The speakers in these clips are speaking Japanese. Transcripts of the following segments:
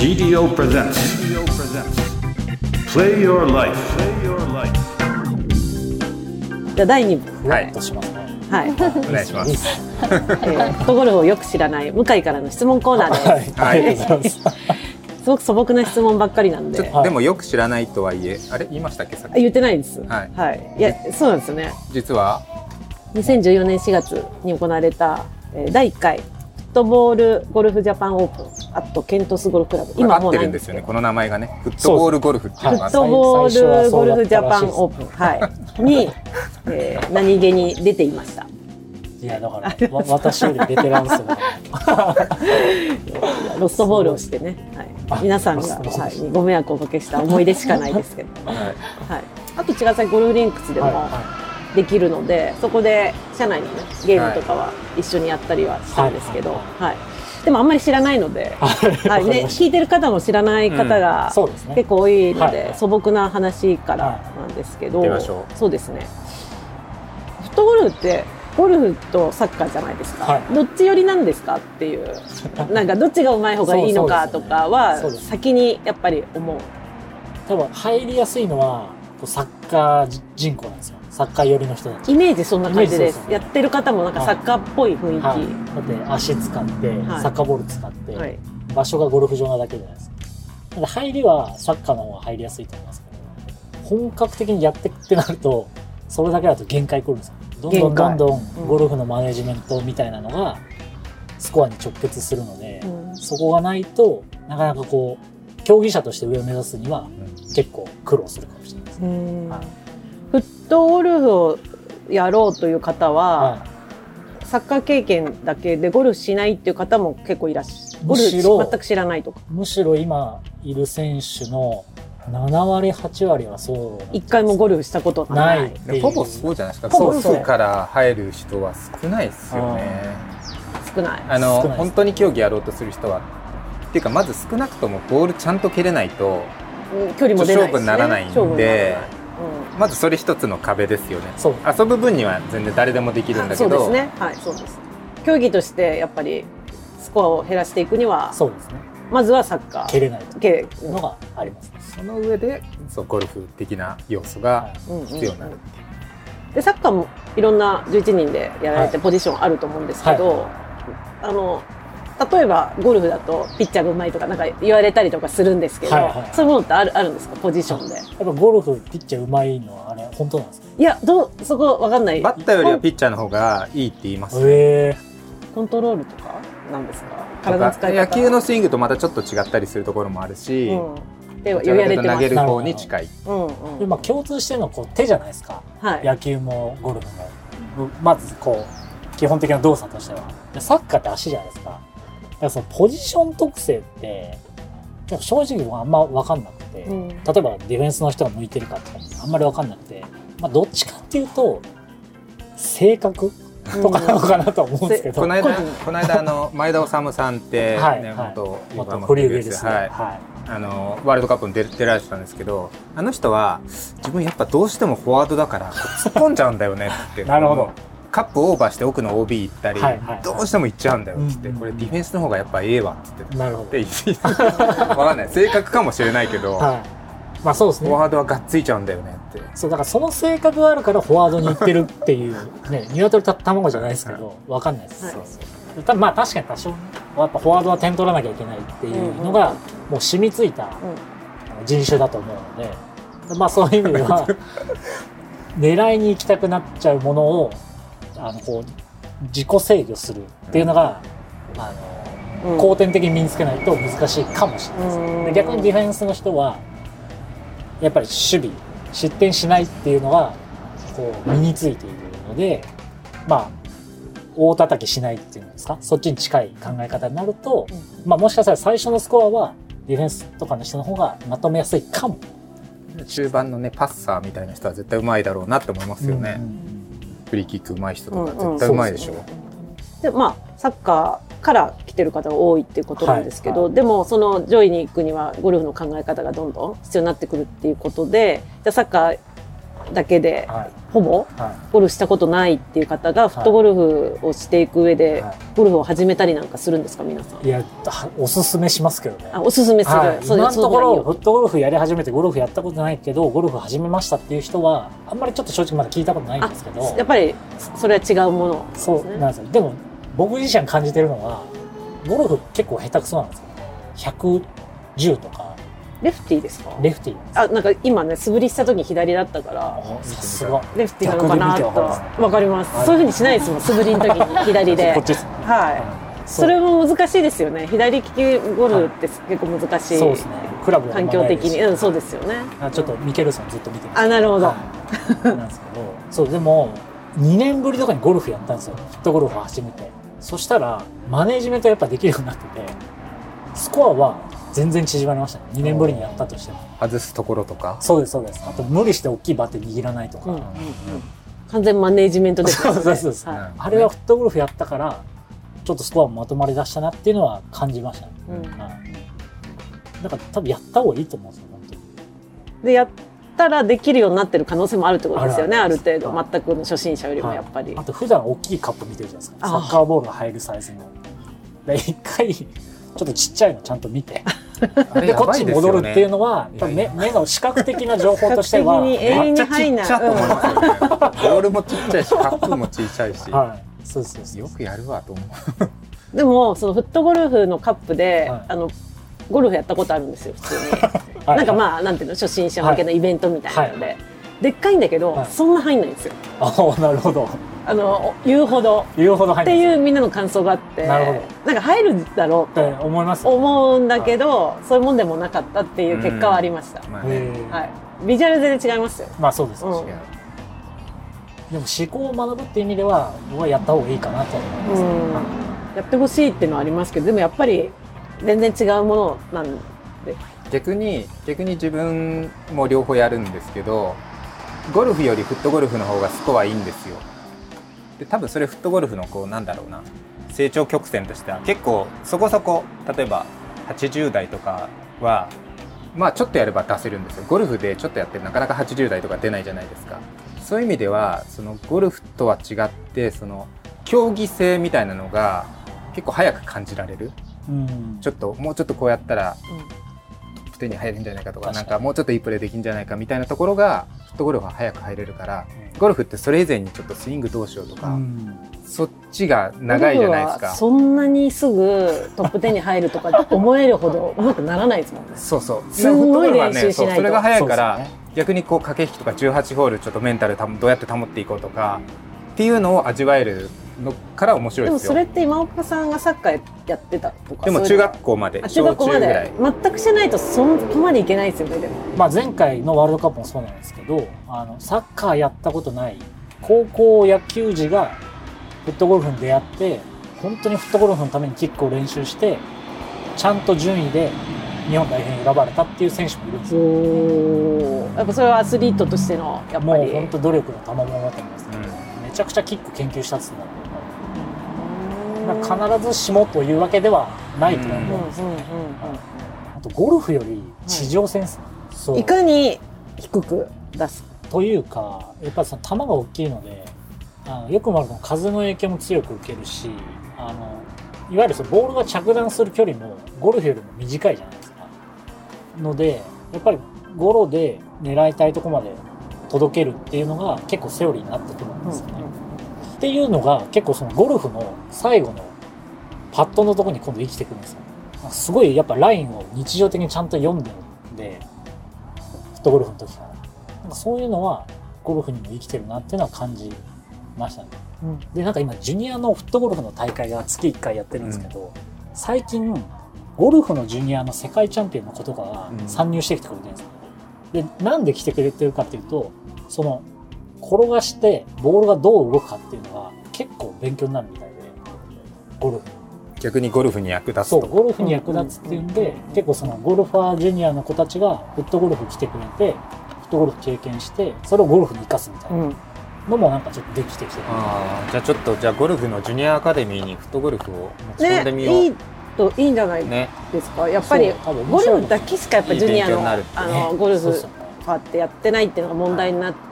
GDO presents Play Your Life。 じゃあ第2部ふわっとしますね。 はい、 お願いします。 フットゴルフをよく知らない向井からの質問コーナーです。 はい、 ありがとうございます。すごく素朴な質問ばっかりなんで。 でもよく知らないとはいえ、あれ言いましたっけさっき？ 言ってないです。 はい。 はい。いや、そうなんですよね。 実は 2014年4月に行われた第1回フットボールゴルフジャパンオープンあとケントスゴルフクラブ。 今合ってるんですよね。この名前がね、フットボールゴルフっていうのが。 フットボールゴルフジャパンオープン、はい、に、何気に出ていました。 いやだから私よりベテランですよね。 ロストボールをしてね、はい、皆さんが、はい、ご迷惑をおかけした思い出しかないですけど、はいはい、あと茅ヶ崎ゴルフリンクスでもできるので、そこで社内の、ね、ゲームとかは一緒にやったりはしたんですけど、はい、でもあんまり知らないので、はいね、聞いてる方も知らない方が結構多いので、素朴な話からなんですけど、そうですね、フットゴルフってゴルフとサッカーじゃないですか、はい、どっち寄りなんですかっていう、なんかどっちが上手い方がいいのかとかは先にやっぱり思う。 多分入りやすいのはサッカー人口なんですよ。サッカー寄りの人たち。 イメージそんな感じです。やってる方もなんかサッカーっぽい雰囲気。 はいはい、だって足使って、はい、サッカーボール使って、はい、場所がゴルフ場なだけじゃないですか。だから入りはサッカーの方が入りやすいと思いますけど、本格的にやってってなるとそれだけだと限界来るんですよ。どんどんゴルフのマネジメントみたいなのがスコアに直結するので、そこがないとなかなかこう競技者として上を目指すには結構苦労するかもしれないですね。はい、 フットゴルフをやろうという方は、サッカー経験だけでゴルフしないっていう方も結構いらっしゃる。ゴルフ全く知らないとか。むしろ今いる選手の7割8割はそう一回もゴルフしたことない。 ほぼそうじゃないですか。ゴルフから入る人は少ないですよね。 少ない。 本当に競技やろうとする人はっていうか、まず少なくともボールちゃんと蹴れないと距離も出ないし、ね、 勝負にならないんで、まずそれ一つの壁ですよね。遊ぶ分には全然誰でもできるんだけど、 そうですね。はい、そうです。競技としてやっぱりスコアを減らしていくには、そうですね。まずはサッカー蹴れないというのがありますね。 その上でゴルフ的な要素が必要になる。 でサッカーもいろんな11人でやられてポジションあると思うんですけど、例えばゴルフだとピッチャーがうまいとかなんか言われたりとかするんですけど、そういうものってあるんですか、ポジションで。やっぱゴルフピッチャーうまいのはあれ本当なんですか？ いやそこわかんない。 バッターよりはピッチャーの方がいいって言います。 コントロールとかなんですか？体の使い方。 野球のスイングとまたちょっと違ったりするところもあるし、 で投げる方に近い。 で共通してるのは手じゃないですか。野球もゴルフもまず基本的な動作としては。サッカーって足じゃないですか。だからそのポジション特性って正直あんま分かんなくて、例えばディフェンスの人が向いてるかとかあんまり分かんなくて、どっちかっていうと性格とかなのかなと思うんですけど、 この間前田修さんって元フリューゲルスでワールドカップに出られてたんですけど、あの人は自分やっぱどうしてもフォワードだから突っ込んじゃうんだよねってなるほど。カップオーバーして奥の OB 行ったり、どうしても行っちゃうんだよって言って、これディフェンスの方がやっぱええわって言って、なるほど。分かんない、性格かもしれないけど、 そうですね。 フォワードはがっついちゃうんだよねって。 そうだからその性格があるからフォワードに行ってるっていうね、鶏卵じゃないですけど、分かんないです。確かに多少ね、やっぱフォワードは点取らなきゃいけないっていうのがもう染みついた人種だと思うので、そういう意味では狙いに行きたくなっちゃうものを自己制御するっていうのが後天的に身につけないと難しいかもしれないです。で逆にディフェンスの人はやっぱり守備失点しないっていうのが身についているので、大叩きしないっていうんですか、そっちに近い考え方になると、もしかしたら最初のスコアはディフェンスとかの人の方がまとめやすいかも。 中盤のねパッサーみたいな人は絶対うまいだろうなって思いますよね。フリーキックうまい人とか絶対うまいでしょ。 でサッカーから来てる方が多いっていうことなんですけど、でもその上位に行くにはゴルフの考え方がどんどん必要になってくるっていうことで、じゃあサッカーだけで、ほぼゴルフしたことないっていう方がフットゴルフをしていく上で、ゴルフを始めたりなんかするんですか、皆さん？ いや、おすすめしますけどね。 おすすめする。 今のところフットゴルフやり始めてゴルフやったことないけどゴルフ始めましたっていう人はあんまりちょっと正直まだ聞いたことないんですけど、 やっぱりそれは違うもの、 そうなんですよ。でも僕自身感じてるのはゴルフ結構下手くそなんですよ。110とか。 レフティーですか？ レフティー。 なんか今ね、素振りした時に左だったから、 さすが。 レフティーなのかなと。わかります。そういうふうにしないですもん、素振りの時に左で。 こっちです。 はい。それも難しいですよね。左利きゴルフって結構難しい。 そうですね。クラブ環境的に。そうですよね。 ちょっとミケルソンずっと見てます。 なるほど。 なんですけど、そう、でも、2年ぶりとかにゴルフやったんですよ。フットゴルフを始めて。そしたら、マネージメントやっぱできるようになってて、スコアは全然縮まりましたね。2年ぶりにやったとしても。 外すところとか。 そうです、そうです。あと、無理して大きいバッテ握らないとか。 完全マネージメントですね。 そうです。あれはフットゴルフやったから、ちょっとスコアもまとまり出したなっていうのは感じましたね。だから多分やった方がいいと思うんですよ、本当に。 で、やったらできるようになってる可能性もあるってことですよね、ある程度。全くの初心者よりもやっぱり。 あと、普段大きいカップ見てるじゃないですか。サッカーボールが入るサイズの。で、一回、ちょっとちっちゃいのちゃんと見て。で、こっちに戻るっていうのは、目の視覚的な情報としては、 永遠に入んない。 ボールもちっちゃいし、カップも小さいし。 そうそうそう。 よくやるわと思う。でも、そのフットゴルフのカップで、ゴルフやったことあるんですよ、普通に。なんかまあ、なんていうの、初心者向けのイベントみたいなので。でっかいんだけど、そんな入んないんですよ。 なるほど。 言うほど。 言うほど入んない。 っていうみんなの感想があって。なるほど。なんか入るだろうと思います。 思うんだけど、そういうもんでもなかったっていう結果はありました。はい。ビジュアル全然違いますよ。 まあそうです。でも思考を学ぶっていう意味では、僕はやった方がいいかなと思います。 やってほしいっていうのはありますけど、でもやっぱり全然違うものなんで。 逆に自分も両方やるんですけど、ゴルフよりフットゴルフの方がスコアいいんですよ。で、多分それフットゴルフのなんだろうな、成長曲線としては結構そこそこ、例えば80代とかはまあちょっとやれば出せるんですよ。ゴルフでちょっとやってなかなか80代とか出ないじゃないですか。そういう意味ではそのゴルフとは違って、その競技性みたいなのが結構早く感じられる。ちょっともうちょっとこうやったらトップ10に入るんじゃないかとか、なんかもうちょっといいプレーできるんじゃないかみたいなところがフットゴルフは早く入れるから、ゴルフってそれ以前にちょっとスイングどうしようとか、そっちが長いじゃないですか。 そんなにすぐトップ10に入るとか思えるほどうまくならないですもんね。 そうそう。 すごい練習しないと。 それが早いから、逆にこう駆け引きとか18ホールちょっとメンタルどうやって保っていこうとかっていうのを味わえるのから面白いですよ。 でもそれって今岡さんがサッカーやってたとか。 でも中学校まで、 中学校まで全くしてないとそこまでいけないですよね。でもまあ前回のワールドカップもそうなんですけど、サッカーやったことない高校野球児がフットゴルフに出会って、本当にフットゴルフのためにキックを練習してちゃんと順位で日本代表に選ばれたっていう選手もいるんですよ。 やっぱそれはアスリートとしてのやっぱりもう本当努力の賜物だと思いますね。めちゃくちゃキック研究したっつってたので、必ずしもというわけではないと思います。あとゴルフより地上戦ですね。 いかに低く出すというか、やっぱりその球が大きいので、よくもある風の影響も強く受けるし、いわゆるそのボールが着弾する距離もゴルフよりも短いじゃないですか。のでやっぱりゴロで狙いたいとこまで届けるっていうのが結構セオリーになってくるんですよね。っていうのが結構そのゴルフの最後のパットのところに今度生きてくるんですよ。すごいやっぱラインを日常的にちゃんと読んでるんで、フットゴルフの時からなんかそういうのはゴルフにも生きてるなっていうのは感じましたね。で、なんか今ジュニアのフットゴルフの大会が月1回やってるんですけど、最近ゴルフのジュニアの世界チャンピオンの子とかが参入してきてくれてるんですよ。で、なんで来てくれてるかっていうと、その転がしてボールがどう動くかっていうのが結構勉強になるみたいで、ゴルフ逆にゴルフに役立つと。そう、ゴルフに役立つっていうんで、結構そのゴルファージュニアの子たちがフットゴルフ来てくれて、フットゴルフ経験してそれをゴルフに生かすみたいなのもなんかちょっとできてきてる。 じゃあちょっとゴルフのジュニアアカデミーにフットゴルフを持ち込んでみよう。 いいんじゃないですか。やっぱりゴルフだけしかやっぱジュニアのゴルファーってやってないっていうのが問題になって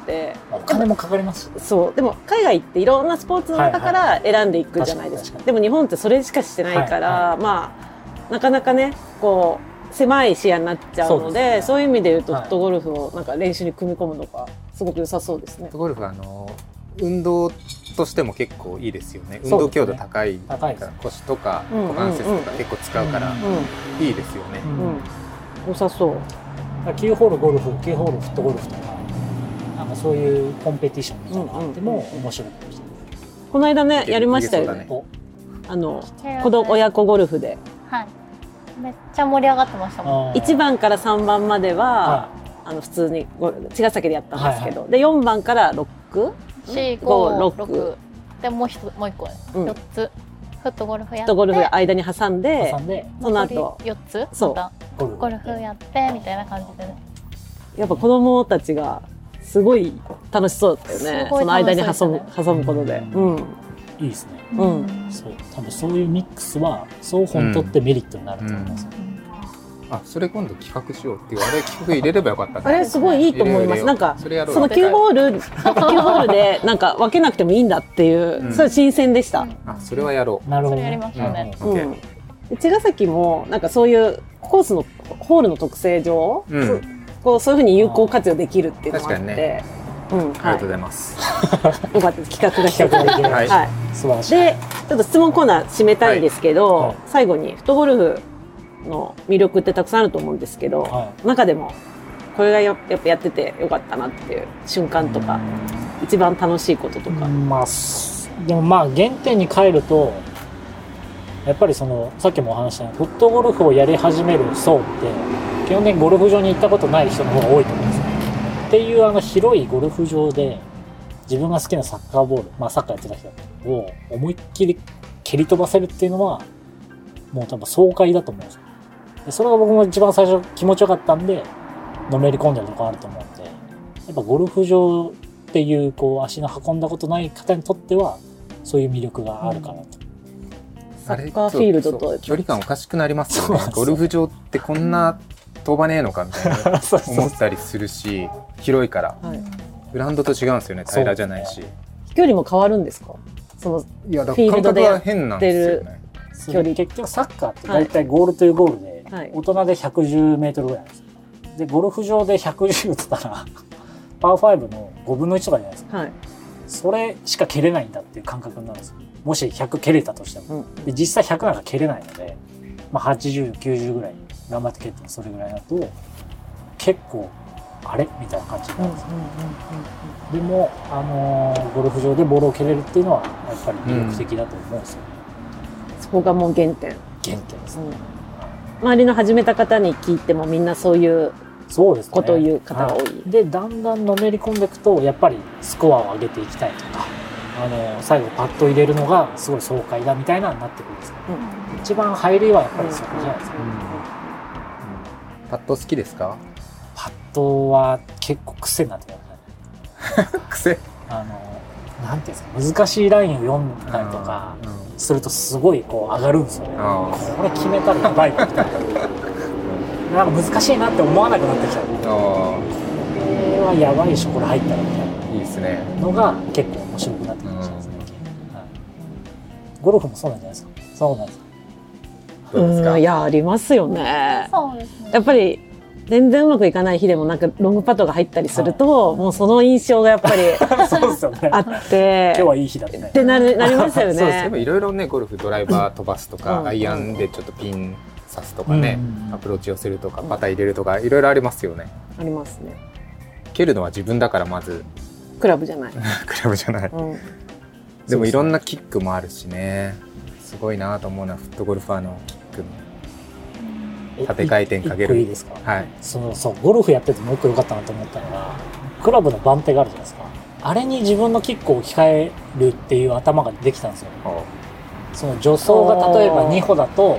て、 お金もかかります。 そうでも海外っていろんなスポーツの中から選んでいくじゃないですか。でも日本ってそれしかしてないから、まあなかなかねこう狭い視野になっちゃうので、そういう意味で言うとフットゴルフをなんか練習に組み込むのがすごく良さそうですね。 フットゴルフは運動としても結構いいですよね。運動強度高いから腰とか股関節とか結構使うからいいですよね。 良さそう。 9ホールゴルフ、9ホールフットゴルフとか、なんかそういうコンペティションみたいなのがあっても面白いかもしれない。 この間ねやりましたよね。親子ゴルフで。 はい。めっちゃ盛り上がってましたもん。 1番から3番までは普通に茅ヶ崎でやったんですけど、で4番から6、 4、5、6でもう一個4つ。フットゴルフやって、 間に挟んでその後 4つまたゴルフやってみたいな感じでね。やっぱ子供たちがすごい楽しそうだったよね。その間に挟むことで。 いいですね。そう多分そういうミックスは双方にとってメリットになると思います。 それ今度企画しようっていう企画入れればよかった。 あれすごいいいと思います。なんかその9ホールでなんか分けなくてもいいんだっていう、それ新鮮でした。 それはやろう。 なるほど。 やりましょうね。 茅ヶ崎もなんかそういうコースのホールの特性上、こうそういうふうに有効活用できるっていうのがあって、 ありがとうございます。 よかったです。企画が一つできる。 素晴らしい。 でちょっと質問コーナー締めたいんですけど、最後にフットゴルフの魅力ってたくさんあると思うんですけど、中でもこれがやっぱやっててよかったなっていう瞬間とか、一番楽しいこととか。 でも原点に帰るとやっぱりさっきもお話したようにフットゴルフをやり始める層って基本的にゴルフ場に行ったことない人の方が多いと思うんですよ。っていう広いゴルフ場で自分が好きなサッカーボール、サッカーやってた人を思いっきり蹴り飛ばせるっていうのはもう多分爽快だと思うんですよ。でそれが僕も一番最初気持ちよかったんでのめり込んでるところあると思うんで、やっぱゴルフ場っていう足の運んだことない方にとってはそういう魅力があるかなと。 サッカーフィールドと距離感おかしくなりますよね。ゴルフ場ってこんな飛ばねえのかみたいな思ったりするし、広いからグラウンドと違うんですよね。平らじゃないし。 飛距離も変わるんですか？ いやだから感覚は変なんですよね。 結局サッカーって大体ゴールというゴールで、大人で110メートルぐらいなんですよ。でゴルフ場で110打ったらパー5の5分の1とかじゃないですか。それしか蹴れないんだっていう感覚になるんですよ。もし100蹴れたとしても、で実際100なんか蹴れないので、80、90ぐらい頑張って蹴ってもそれぐらいだと結構あれみたいな感じになるんですよ。でもゴルフ場でボールを蹴れるっていうのはやっぱり魅力的だと思うんですよ。 そこがもう原点ですね。 周りの始めた方に聞いてもみんなそういうことを言う方が多い。 でだんだんのめり込んでいくとやっぱりスコアを上げていきたいとか、最後パット入れるのがすごい爽快だみたいなになってくるんですけど、一番入りはやっぱりそこじゃないですか。 パット好きですか？ パットは結構癖になってくるね。 癖？ なんていうんですか、難しいラインを読んだりとかするとすごい上がるんですよね。これ決めたらやばいみたいな。なんか難しいなって思わなくなってきちゃう。これはやばいでしょこれ入ったらみたいな。 いいですね。 のが結構面白くなってくるんですね。ゴルフもそうなんじゃないですか。そうなんですか。 どうですか？ いやありますよね。 そうですね。 やっぱり全然うまくいかない日でもなんかロングパットが入ったりすると、もうその印象がやっぱりそうですよね。 あって今日はいい日だねってなりますよね。 そうですね。いろいろねゴルフドライバー飛ばすとか、アイアンでちょっとピン刺すとかね、アプローチ寄せるとか、パター入れるとかいろいろありますよね。 ありますね。 蹴るのは自分だからまずクラブじゃない。 クラブじゃない。でもいろんなキックもあるしね。すごいなと思うのはフットゴルファーのキックの。縦回転かける。 いいですか？ はい。 そうゴルフやっててもう一個良かったなと思ったのがクラブの番手があるじゃないですか。あれに自分のキックを置き換えるっていう頭ができたんですよ。その助走が例えば2歩だと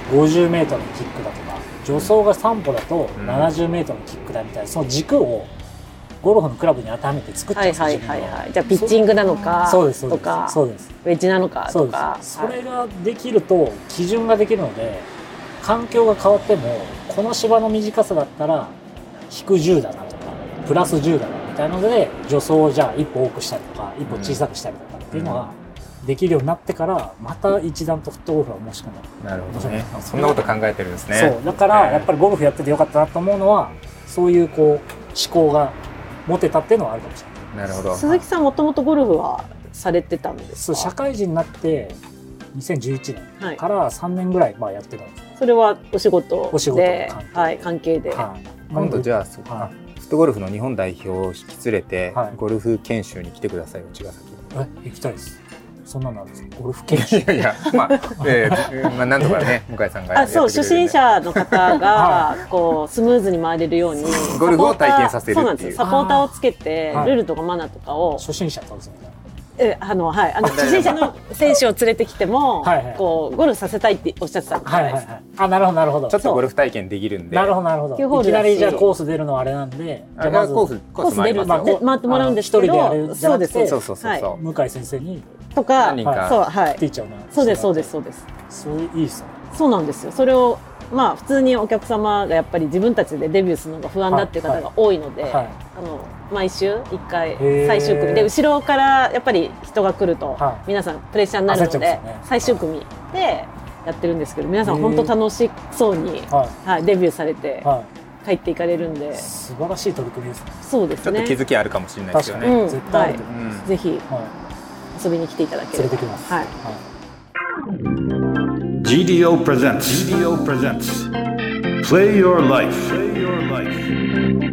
50メートルのキックだとか、助走が3歩だと70メートルのキックだみたいな、その軸をゴルフのクラブに当てはめて作っちゃうんですよ。じゃあピッチングなのかとか、 そうです。 ウェッジなのかとか、 それができると基準ができるので。環境が変わってもこの芝の短さだったら引く10だなとかプラス10だなみたいなので助走をじゃあ一歩多くしたりとか一歩小さくしたりとかっていうのができるようになってからまた一段とフットゴルフは申し込んだ。 なるほどね。そんなこと考えてるんですね。 そうだからやっぱりゴルフやっててよかったなと思うのはそういうこう思考が持てたっていうのはあるかもしれない。 なるほど。 鈴木さんもともとゴルフはされてたんですか？ 社会人になって2011年から3年ぐらいまあやってたんです。 それはお仕事で関係で。 今度じゃあそうか。フットゴルフの日本代表を引き連れてゴルフ研修に来てくださいよ、茅ヶ崎。 行きたいです。そんなのあるんですか？ゴルフ研修。 いやまあなんとかね向井さんがそう初心者の方がこうスムーズに回れるようにゴルフを体験させるっていう。そうなんです。 サポーターをつけてルールとかマナーとかを初心者ってことですよね。 初心者の選手を連れてきてもこうゴルフさせたいっておっしゃってたんです。 なるほどなるほど。 ちょっとゴルフ体験できるんで。 なるほどなるほど。いきなりじゃあコース出るのはあれなんで、 じゃあコース回りますよ。 回ってもらうんですけど、 一人でやるじゃなくて、 そう向井先生にとか、 何人かそうティーチャーがそうですそうですそうです。 そういいっすね。 そうなんですよ。それをまあ普通にお客様がやっぱり自分たちでデビューするのが不安だっていう方が多いので、毎週1回最終組で後ろからやっぱり人が来ると皆さんプレッシャーになるので最終組でやってるんですけど、皆さん本当楽しそうにデビューされて帰っていかれるんで、 素晴らしい取り組みですね。 そうですね。 ちょっと気づきあるかもしれないですよね。 絶対あると思います。 ぜひ遊びに来ていただければ。 連れてきます。 はい。 GDO presents Play Your Life